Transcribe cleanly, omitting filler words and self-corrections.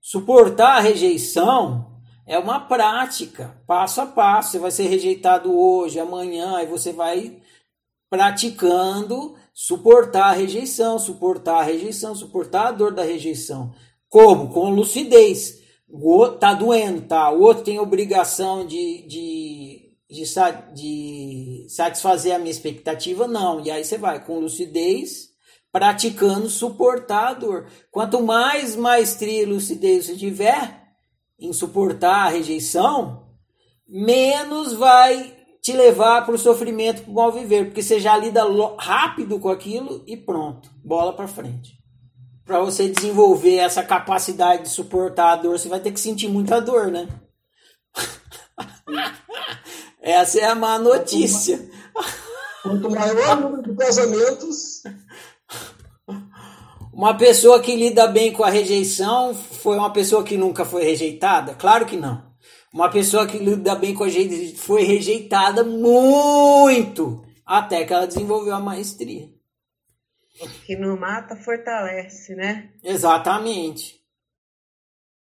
Suportar a rejeição é uma prática, passo a passo. Você vai ser rejeitado hoje, amanhã, aí você vai praticando suportar a rejeição, suportar a dor da rejeição. Como? Com lucidez. O outro tá doendo, tá? O outro tem obrigação de satisfazer a minha expectativa? Não. E aí você vai com lucidez, praticando suportar a dor. Quanto mais maestria e lucidez você tiver em suportar a rejeição, menos vai te levar para o sofrimento, para o mal viver, porque você já lida rápido com aquilo e pronto, bola para frente. Para você desenvolver essa capacidade de suportar a dor, você vai ter que sentir muita dor, né? Essa é a má notícia. Quanto maior o número de casamentos... Uma pessoa que lida bem com a rejeição foi uma pessoa que nunca foi rejeitada? Claro que não. Uma pessoa que lida bem com a rejeição foi rejeitada muito, até que ela desenvolveu a maestria. O que não mata, fortalece, né? Exatamente.